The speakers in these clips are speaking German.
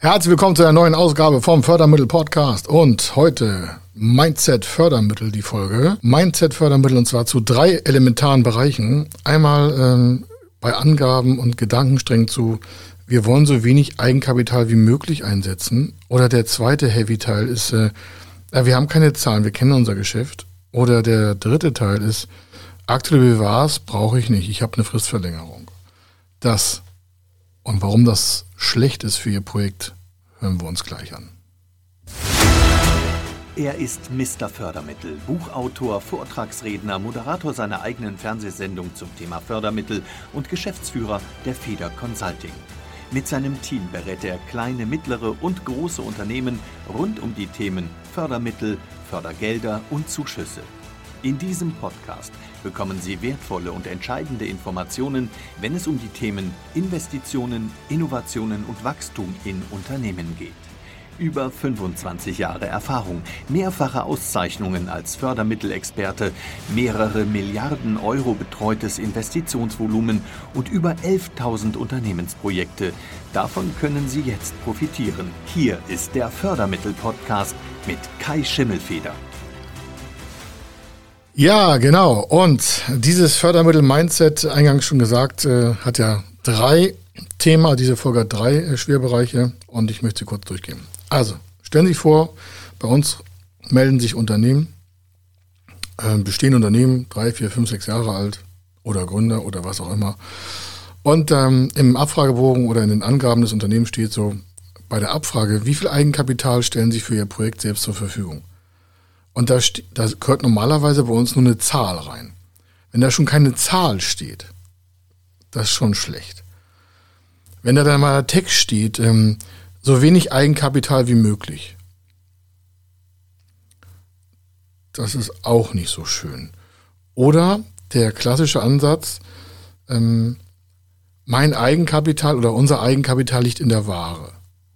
Herzlich willkommen zu einer neuen Ausgabe vom Fördermittel-Podcast und heute Mindset-Fördermittel, die Folge. Mindset-Fördermittel und zwar zu 3 elementaren Bereichen. Einmal bei Angaben und Gedankensträngen zu, wir wollen so wenig Eigenkapital wie möglich einsetzen. Oder der zweite Heavy-Teil ist, wir haben keine Zahlen, wir kennen unser Geschäft. Oder der dritte Teil ist, aktuelle BWAs brauche ich nicht, ich habe eine Fristverlängerung. Das und warum das schlecht ist für Ihr Projekt, hören wir uns gleich an. Er ist Mr. Fördermittel, Buchautor, Vortragsredner, Moderator seiner eigenen Fernsehsendung zum Thema Fördermittel und Geschäftsführer der Feder Consulting. Mit seinem Team berät er kleine, mittlere und große Unternehmen rund um die Themen Fördermittel, Fördergelder und Zuschüsse. In diesem Podcast bekommen Sie wertvolle und entscheidende Informationen, wenn es um die Themen Investitionen, Innovationen und Wachstum in Unternehmen geht. Über 25 Jahre Erfahrung, mehrfache Auszeichnungen als Fördermittelexperte, mehrere Milliarden Euro betreutes Investitionsvolumen und über 11.000 Unternehmensprojekte. Davon können Sie jetzt profitieren. Hier ist der Fördermittel-Podcast mit Kai Schimmelfeder. Ja, genau. Und dieses Fördermittel-Mindset, eingangs schon gesagt, hat ja 3 Themen. Diese Folge hat 3 Schwerbereiche und ich möchte sie kurz durchgehen. Also, stellen Sie sich vor, bei uns melden sich Unternehmen, bestehende Unternehmen, 3, 4, 5, 6 Jahre alt oder Gründer oder was auch immer. Und im Abfragebogen oder in den Angaben des Unternehmens steht so, bei der Abfrage, wie viel Eigenkapital stellen Sie für Ihr Projekt selbst zur Verfügung? Und da gehört normalerweise bei uns nur eine Zahl rein. Wenn da schon keine Zahl steht, das ist schon schlecht. Wenn da dann mal der Text steht, so wenig Eigenkapital wie möglich, das ist auch nicht so schön. Oder der klassische Ansatz, mein Eigenkapital oder unser Eigenkapital liegt in der Ware.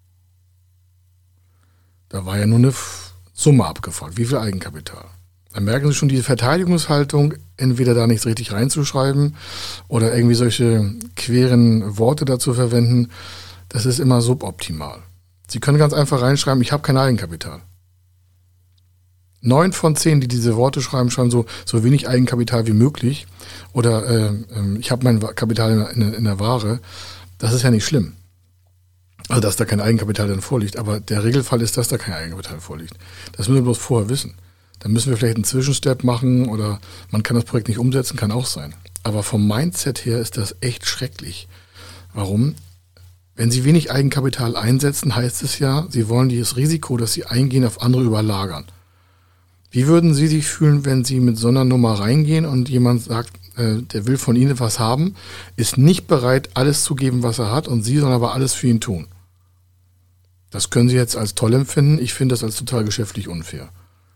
Da war ja nur eine Summe abgefragt. Wie viel Eigenkapital? Dann merken Sie schon diese Verteidigungshaltung, entweder da nichts richtig reinzuschreiben oder irgendwie solche queren Worte dazu verwenden. Das ist immer suboptimal. Sie können ganz einfach reinschreiben, ich habe kein Eigenkapital. 9 von 10, die diese Worte schreiben, schreiben so wenig Eigenkapital wie möglich. Oder ich habe mein Kapital in der Ware. Das ist ja nicht schlimm. Also, dass da kein Eigenkapital dann vorliegt. Aber der Regelfall ist, dass da kein Eigenkapital vorliegt. Das müssen wir bloß vorher wissen. Dann müssen wir vielleicht einen Zwischenstep machen oder man kann das Projekt nicht umsetzen, kann auch sein. Aber vom Mindset her ist das echt schrecklich. Warum? Wenn Sie wenig Eigenkapital einsetzen, heißt es ja, Sie wollen dieses Risiko, das Sie eingehen, auf andere überlagern. Wie würden Sie sich fühlen, wenn Sie mit so einer Nummer reingehen und jemand sagt, der will von Ihnen was haben, ist nicht bereit, alles zu geben, was er hat und Sie sollen aber alles für ihn tun? Das können Sie jetzt als toll empfinden. Ich finde das als total geschäftlich unfair.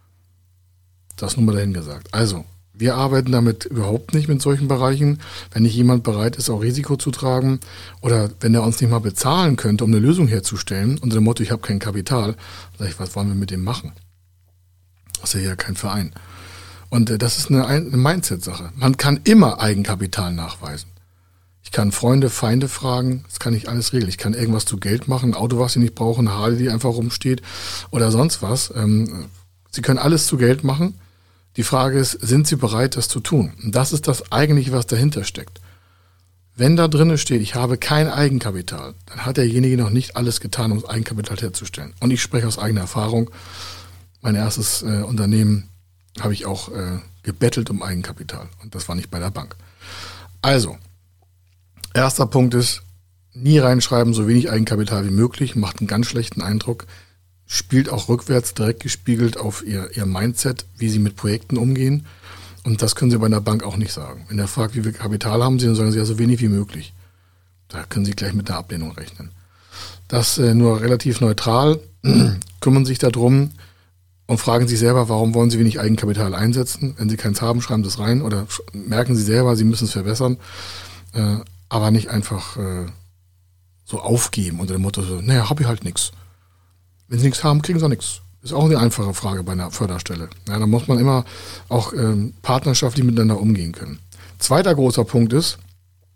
Das nur mal dahin gesagt. Also, wir arbeiten damit überhaupt nicht mit solchen Bereichen. Wenn nicht jemand bereit ist, auch Risiko zu tragen oder wenn er uns nicht mal bezahlen könnte, um eine Lösung herzustellen, unter dem Motto, ich habe kein Kapital, sage ich, was wollen wir mit dem machen? Das ist ja kein Verein. Und das ist eine Mindset-Sache. Man kann immer Eigenkapital nachweisen. Ich kann Freunde, Feinde fragen, das kann ich alles regeln. Ich kann irgendwas zu Geld machen, ein Auto, was Sie nicht brauchen, eine Harley, die einfach rumsteht oder sonst was. Sie können alles zu Geld machen. Die Frage ist, sind Sie bereit, das zu tun? Und das ist das eigentliche, was dahinter steckt. Wenn da drinnen steht, ich habe kein Eigenkapital, dann hat derjenige noch nicht alles getan, um das Eigenkapital herzustellen. Und ich spreche aus eigener Erfahrung. Mein erstes Unternehmen habe ich auch gebettelt um Eigenkapital. Und das war nicht bei der Bank. Also, erster Punkt ist, nie reinschreiben, so wenig Eigenkapital wie möglich, macht einen ganz schlechten Eindruck, spielt auch rückwärts direkt gespiegelt auf ihr Mindset, wie Sie mit Projekten umgehen. Und das können Sie bei einer Bank auch nicht sagen. Wenn er fragt, wie viel Kapital haben Sie, dann sagen Sie ja so wenig wie möglich. Da können Sie gleich mit einer Ablehnung rechnen. Das nur relativ neutral, kümmern sich darum und fragen sich selber, warum wollen Sie wenig Eigenkapital einsetzen? Wenn Sie keins haben, schreiben Sie es rein oder merken Sie selber, Sie müssen es verbessern. Aber nicht einfach so aufgeben unter dem Motto, so, naja, habe ich halt nichts. Wenn Sie nichts haben, kriegen Sie auch nichts. Ist auch eine einfache Frage bei einer Förderstelle. Ja, da muss man immer auch partnerschaftlich miteinander umgehen können. Zweiter großer Punkt ist,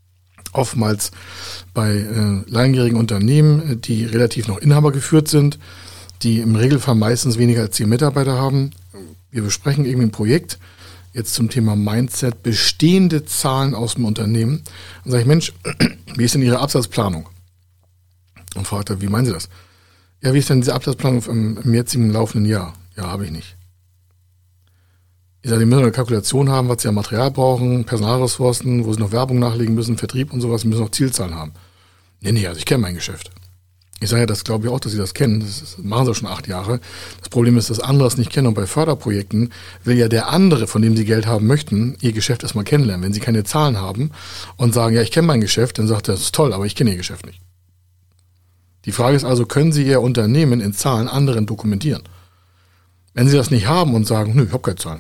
Oftmals bei langjährigen Unternehmen, die relativ noch inhabergeführt sind, die im Regelfall meistens weniger als 10 Mitarbeiter haben. Wir besprechen irgendwie ein Projekt, jetzt zum Thema Mindset, bestehende Zahlen aus dem Unternehmen. Dann sage ich, Mensch, wie ist denn Ihre Absatzplanung? Und fragt er, wie meinen Sie das? Ja, wie ist denn diese Absatzplanung im jetzigen laufenden Jahr? Ja, habe ich nicht. Ich sage, Sie müssen eine Kalkulation haben, was Sie an Material brauchen, Personalressourcen, wo Sie noch Werbung nachlegen müssen, Vertrieb und sowas, Sie müssen noch Zielzahlen haben. Nee, also ich kenne mein Geschäft. Ich sage ja, das glaube ich auch, dass Sie das kennen. Das machen Sie schon 8 Jahre. Das Problem ist, dass andere es nicht kennen. Und bei Förderprojekten will ja der andere, von dem Sie Geld haben möchten, Ihr Geschäft erstmal kennenlernen. Wenn Sie keine Zahlen haben und sagen, ja, ich kenne mein Geschäft, dann sagt er, das ist toll, aber ich kenne Ihr Geschäft nicht. Die Frage ist also, können Sie Ihr Unternehmen in Zahlen anderen dokumentieren? Wenn Sie das nicht haben und sagen, nö, ich habe keine Zahlen,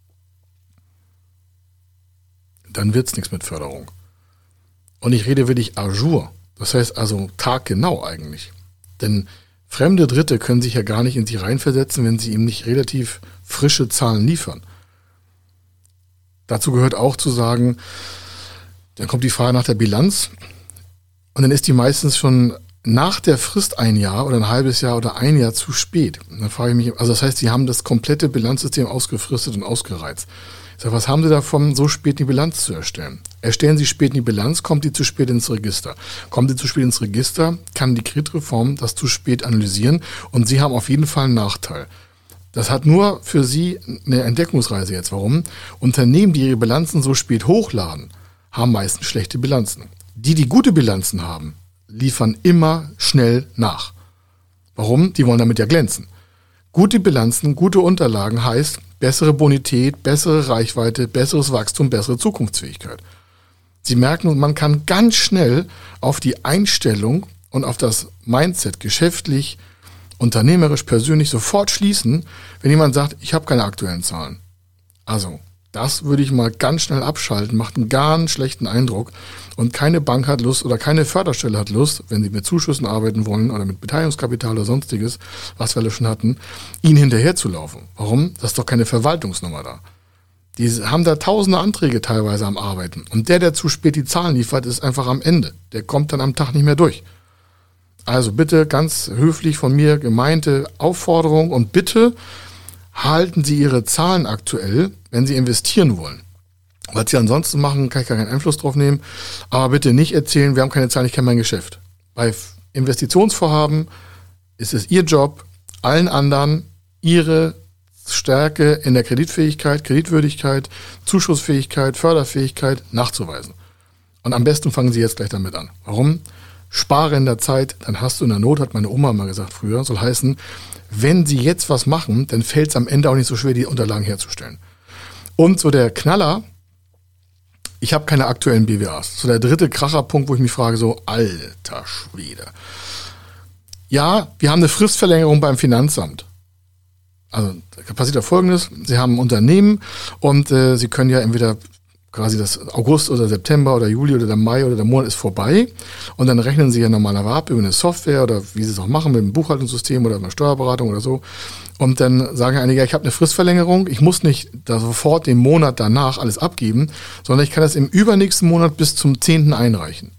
dann wird es nichts mit Förderung. Und ich rede wirklich à jour. Das heißt also taggenau eigentlich. Denn fremde Dritte können sich ja gar nicht in Sie reinversetzen, wenn Sie ihm nicht relativ frische Zahlen liefern. Dazu gehört auch zu sagen, dann kommt die Frage nach der Bilanz und dann ist die meistens schon nach der Frist 1 Jahr oder ein halbes Jahr oder 1 Jahr zu spät. Und dann frage ich mich, also das heißt, Sie haben das komplette Bilanzsystem ausgefristet und ausgereizt. Ich sage, was haben Sie davon, so spät die Bilanz zu erstellen? Erstellen Sie spät die Bilanz, kommt die zu spät ins Register. Kommt die zu spät ins Register, kann die Kreditreform das zu spät analysieren und Sie haben auf jeden Fall einen Nachteil. Das hat nur für Sie eine Entdeckungsreise jetzt. Warum? Unternehmen, die ihre Bilanzen so spät hochladen, haben meistens schlechte Bilanzen. Die gute Bilanzen haben, liefern immer schnell nach. Warum? Die wollen damit ja glänzen. Gute Bilanzen, gute Unterlagen heißt bessere Bonität, bessere Reichweite, besseres Wachstum, bessere Zukunftsfähigkeit. Sie merken, man kann ganz schnell auf die Einstellung und auf das Mindset geschäftlich, unternehmerisch, persönlich sofort schließen, wenn jemand sagt, ich habe keine aktuellen Zahlen. Also, das würde ich mal ganz schnell abschalten, macht einen ganz schlechten Eindruck und keine Bank hat Lust oder keine Förderstelle hat Lust, wenn sie mit Zuschüssen arbeiten wollen oder mit Beteiligungskapital oder sonstiges, was wir alle schon hatten, ihnen hinterherzulaufen. Warum? Das ist doch keine Verwaltungsnummer da. Die haben da tausende Anträge teilweise am Arbeiten und der zu spät die Zahlen liefert, ist einfach am Ende. Der kommt dann am Tag nicht mehr durch. Also bitte ganz höflich von mir gemeinte Aufforderung und bitte halten Sie Ihre Zahlen aktuell, wenn Sie investieren wollen. Was Sie ansonsten machen, kann ich gar keinen Einfluss drauf nehmen. Aber bitte nicht erzählen, wir haben keine Zahlen, ich kenne mein Geschäft. Bei Investitionsvorhaben ist es Ihr Job, allen anderen Ihre Stärke in der Kreditfähigkeit, Kreditwürdigkeit, Zuschussfähigkeit, Förderfähigkeit nachzuweisen. Und am besten fangen Sie jetzt gleich damit an. Warum? Spare in der Zeit, dann hast du in der Not, hat meine Oma mal gesagt früher, soll heißen, wenn Sie jetzt was machen, dann fällt es am Ende auch nicht so schwer, die Unterlagen herzustellen. Und so der Knaller, ich habe keine aktuellen BWAs. So der dritte Kracherpunkt, wo ich mich frage, so alter Schwede. Ja, wir haben eine Fristverlängerung beim Finanzamt. Also da passiert ja Folgendes, Sie haben ein Unternehmen und Sie können ja entweder quasi das August oder September oder Juli oder der Mai oder der Monat ist vorbei und dann rechnen Sie ja normalerweise ab über eine Software oder wie Sie es auch machen mit einem Buchhaltungssystem oder einer Steuerberatung oder so und dann sagen einige, ja, ich habe eine Fristverlängerung, ich muss nicht da sofort den Monat danach alles abgeben, sondern ich kann das im übernächsten Monat bis zum 10. einreichen.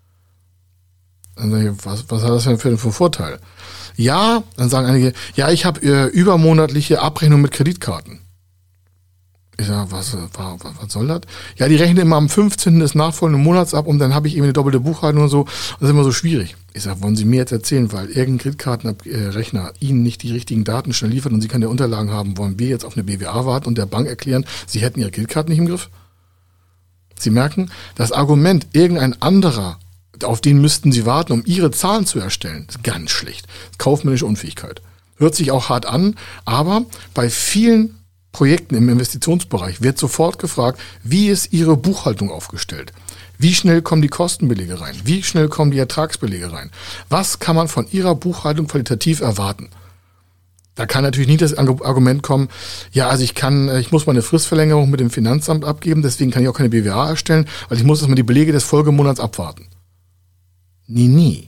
Dann sage ich, was hat das denn für einen Vorteil? Ja, dann sagen einige, ja, ich habe übermonatliche Abrechnung mit Kreditkarten. Ich sage, was soll das? Ja, die rechnen immer am 15. des nachfolgenden Monats ab und dann habe ich eben eine doppelte Buchhaltung und so. Das ist immer so schwierig. Ich sage, wollen Sie mir jetzt erzählen, weil irgendein Kreditkartenrechner Ihnen nicht die richtigen Daten schnell liefert und Sie keine Unterlagen haben, wollen wir jetzt auf eine BWA warten und der Bank erklären, Sie hätten Ihre Kreditkarten nicht im Griff? Sie merken, das Argument, irgendein anderer, auf den müssten Sie warten, um Ihre Zahlen zu erstellen, ist ganz schlecht. Kaufmännische Unfähigkeit. Hört sich auch hart an, aber bei vielen Projekten im Investitionsbereich wird sofort gefragt, wie ist Ihre Buchhaltung aufgestellt? Wie schnell kommen die Kostenbelege rein? Wie schnell kommen die Ertragsbelege rein? Was kann man von Ihrer Buchhaltung qualitativ erwarten? Da kann natürlich nicht das Argument kommen, ja, also ich muss meine Fristverlängerung mit dem Finanzamt abgeben, deswegen kann ich auch keine BWA erstellen, weil ich muss erstmal die Belege des Folgemonats abwarten. Nie.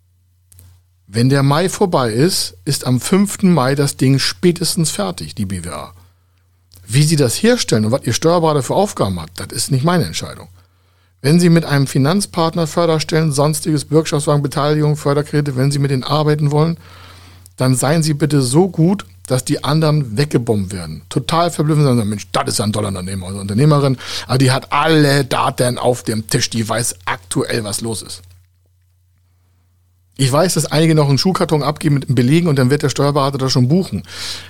Wenn der Mai vorbei ist, ist am 5. Mai das Ding spätestens fertig, die BWA. Wie Sie das herstellen und was Ihr Steuerberater für Aufgaben hat, das ist nicht meine Entscheidung. Wenn Sie mit einem Finanzpartner Förderstellen, sonstiges, Bürgschaftswagen, Beteiligung, Förderkredite, wenn Sie mit denen arbeiten wollen, dann seien Sie bitte so gut, dass die anderen weggebombt werden. Total verblüffen sind, Mensch, das ist ja ein toller Unternehmer oder Unternehmerin, aber die hat alle Daten auf dem Tisch, die weiß aktuell, was los ist. Ich weiß, dass einige noch einen Schuhkarton abgeben mit Belegen und dann wird der Steuerberater das schon buchen.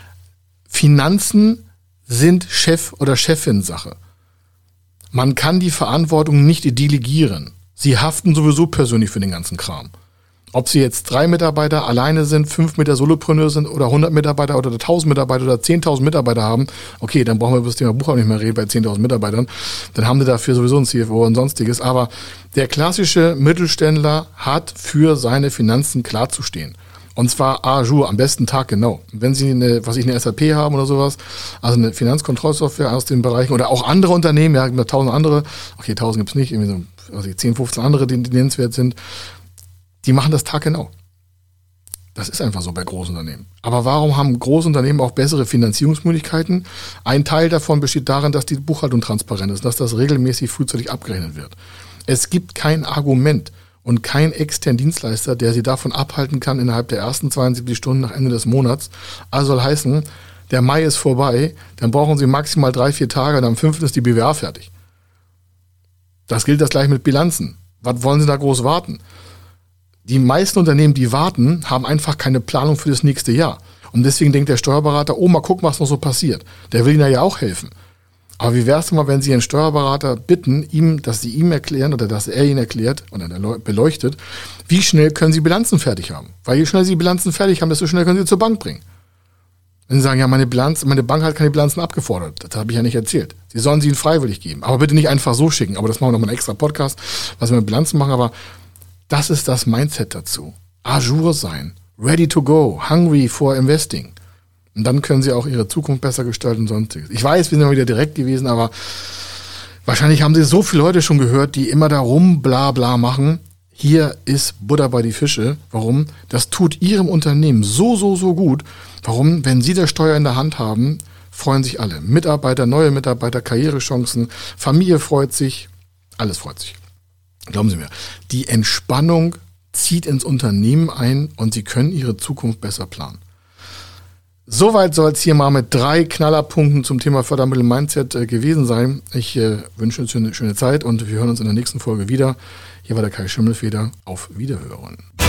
Finanzen sind Chef- oder Chefin-Sache. Man kann die Verantwortung nicht delegieren. Sie haften sowieso persönlich für den ganzen Kram. Ob Sie jetzt 3 Mitarbeiter alleine sind, 5 mit der Solopreneur sind oder 100 Mitarbeiter oder 1000 Mitarbeiter oder 10.000 Mitarbeiter haben, okay, dann brauchen wir über das Thema Buchhaltung nicht mehr reden bei 10.000 Mitarbeitern. Dann haben Sie dafür sowieso ein CFO und sonstiges. Aber der klassische Mittelständler hat für seine Finanzen klarzustehen. Und zwar à jour, am besten taggenau. Wenn Sie eine SAP haben oder sowas, also eine Finanzkontrollsoftware aus den Bereichen oder auch andere Unternehmen, ja, 1000 andere, okay, 1000 gibt's nicht, irgendwie so 10, 15 andere, die nennenswert sind, die machen das taggenau. Das ist einfach so bei Großunternehmen. Aber warum haben Großunternehmen auch bessere Finanzierungsmöglichkeiten? Ein Teil davon besteht darin, dass die Buchhaltung transparent ist, dass das regelmäßig frühzeitig abgerechnet wird. Es gibt kein Argument und kein externen Dienstleister, der Sie davon abhalten kann, innerhalb der ersten 72 Stunden nach Ende des Monats. Also soll heißen, der Mai ist vorbei, dann brauchen Sie maximal 3-4 Tage und am 5. ist die BWA fertig. Das gilt das gleich mit Bilanzen. Was wollen Sie da groß warten? Die meisten Unternehmen, die warten, haben einfach keine Planung für das nächste Jahr. Und deswegen denkt der Steuerberater, mal gucken, was noch so passiert. Der will Ihnen ja auch helfen. Aber wie wäre es mal, wenn Sie Ihren Steuerberater bitten, dass Sie ihm erklären oder dass er Ihnen erklärt oder beleuchtet, wie schnell können Sie Bilanzen fertig haben? Weil je schneller Sie Bilanzen fertig haben, desto schneller können Sie zur Bank bringen. Wenn Sie sagen, ja, meine Bank hat keine Bilanzen abgefordert, das habe ich ja nicht erzählt. Sie sollen sie Ihnen freiwillig geben. Aber bitte nicht einfach so schicken. Aber das machen wir nochmal einen extra Podcast, was wir mit Bilanzen machen. Aber das ist das Mindset dazu. À jour sein, ready to go, hungry for investing. Und dann können Sie auch Ihre Zukunft besser gestalten und sonstiges. Ich weiß, wir sind ja wieder direkt gewesen, aber wahrscheinlich haben Sie so viele Leute schon gehört, die immer da rum bla bla machen. Hier ist Butter bei die Fische. Warum? Das tut Ihrem Unternehmen so gut. Warum? Wenn Sie das Steuer in der Hand haben, freuen sich alle. Mitarbeiter, neue Mitarbeiter, Karrierechancen, Familie freut sich, alles freut sich. Glauben Sie mir, die Entspannung zieht ins Unternehmen ein und Sie können Ihre Zukunft besser planen. Soweit soll es hier mal mit 3 Knallerpunkten zum Thema Fördermittel Mindset gewesen sein. Ich wünsche uns eine schöne Zeit und wir hören uns in der nächsten Folge wieder. Hier war der Kai Schimmelfeder. Auf Wiederhören.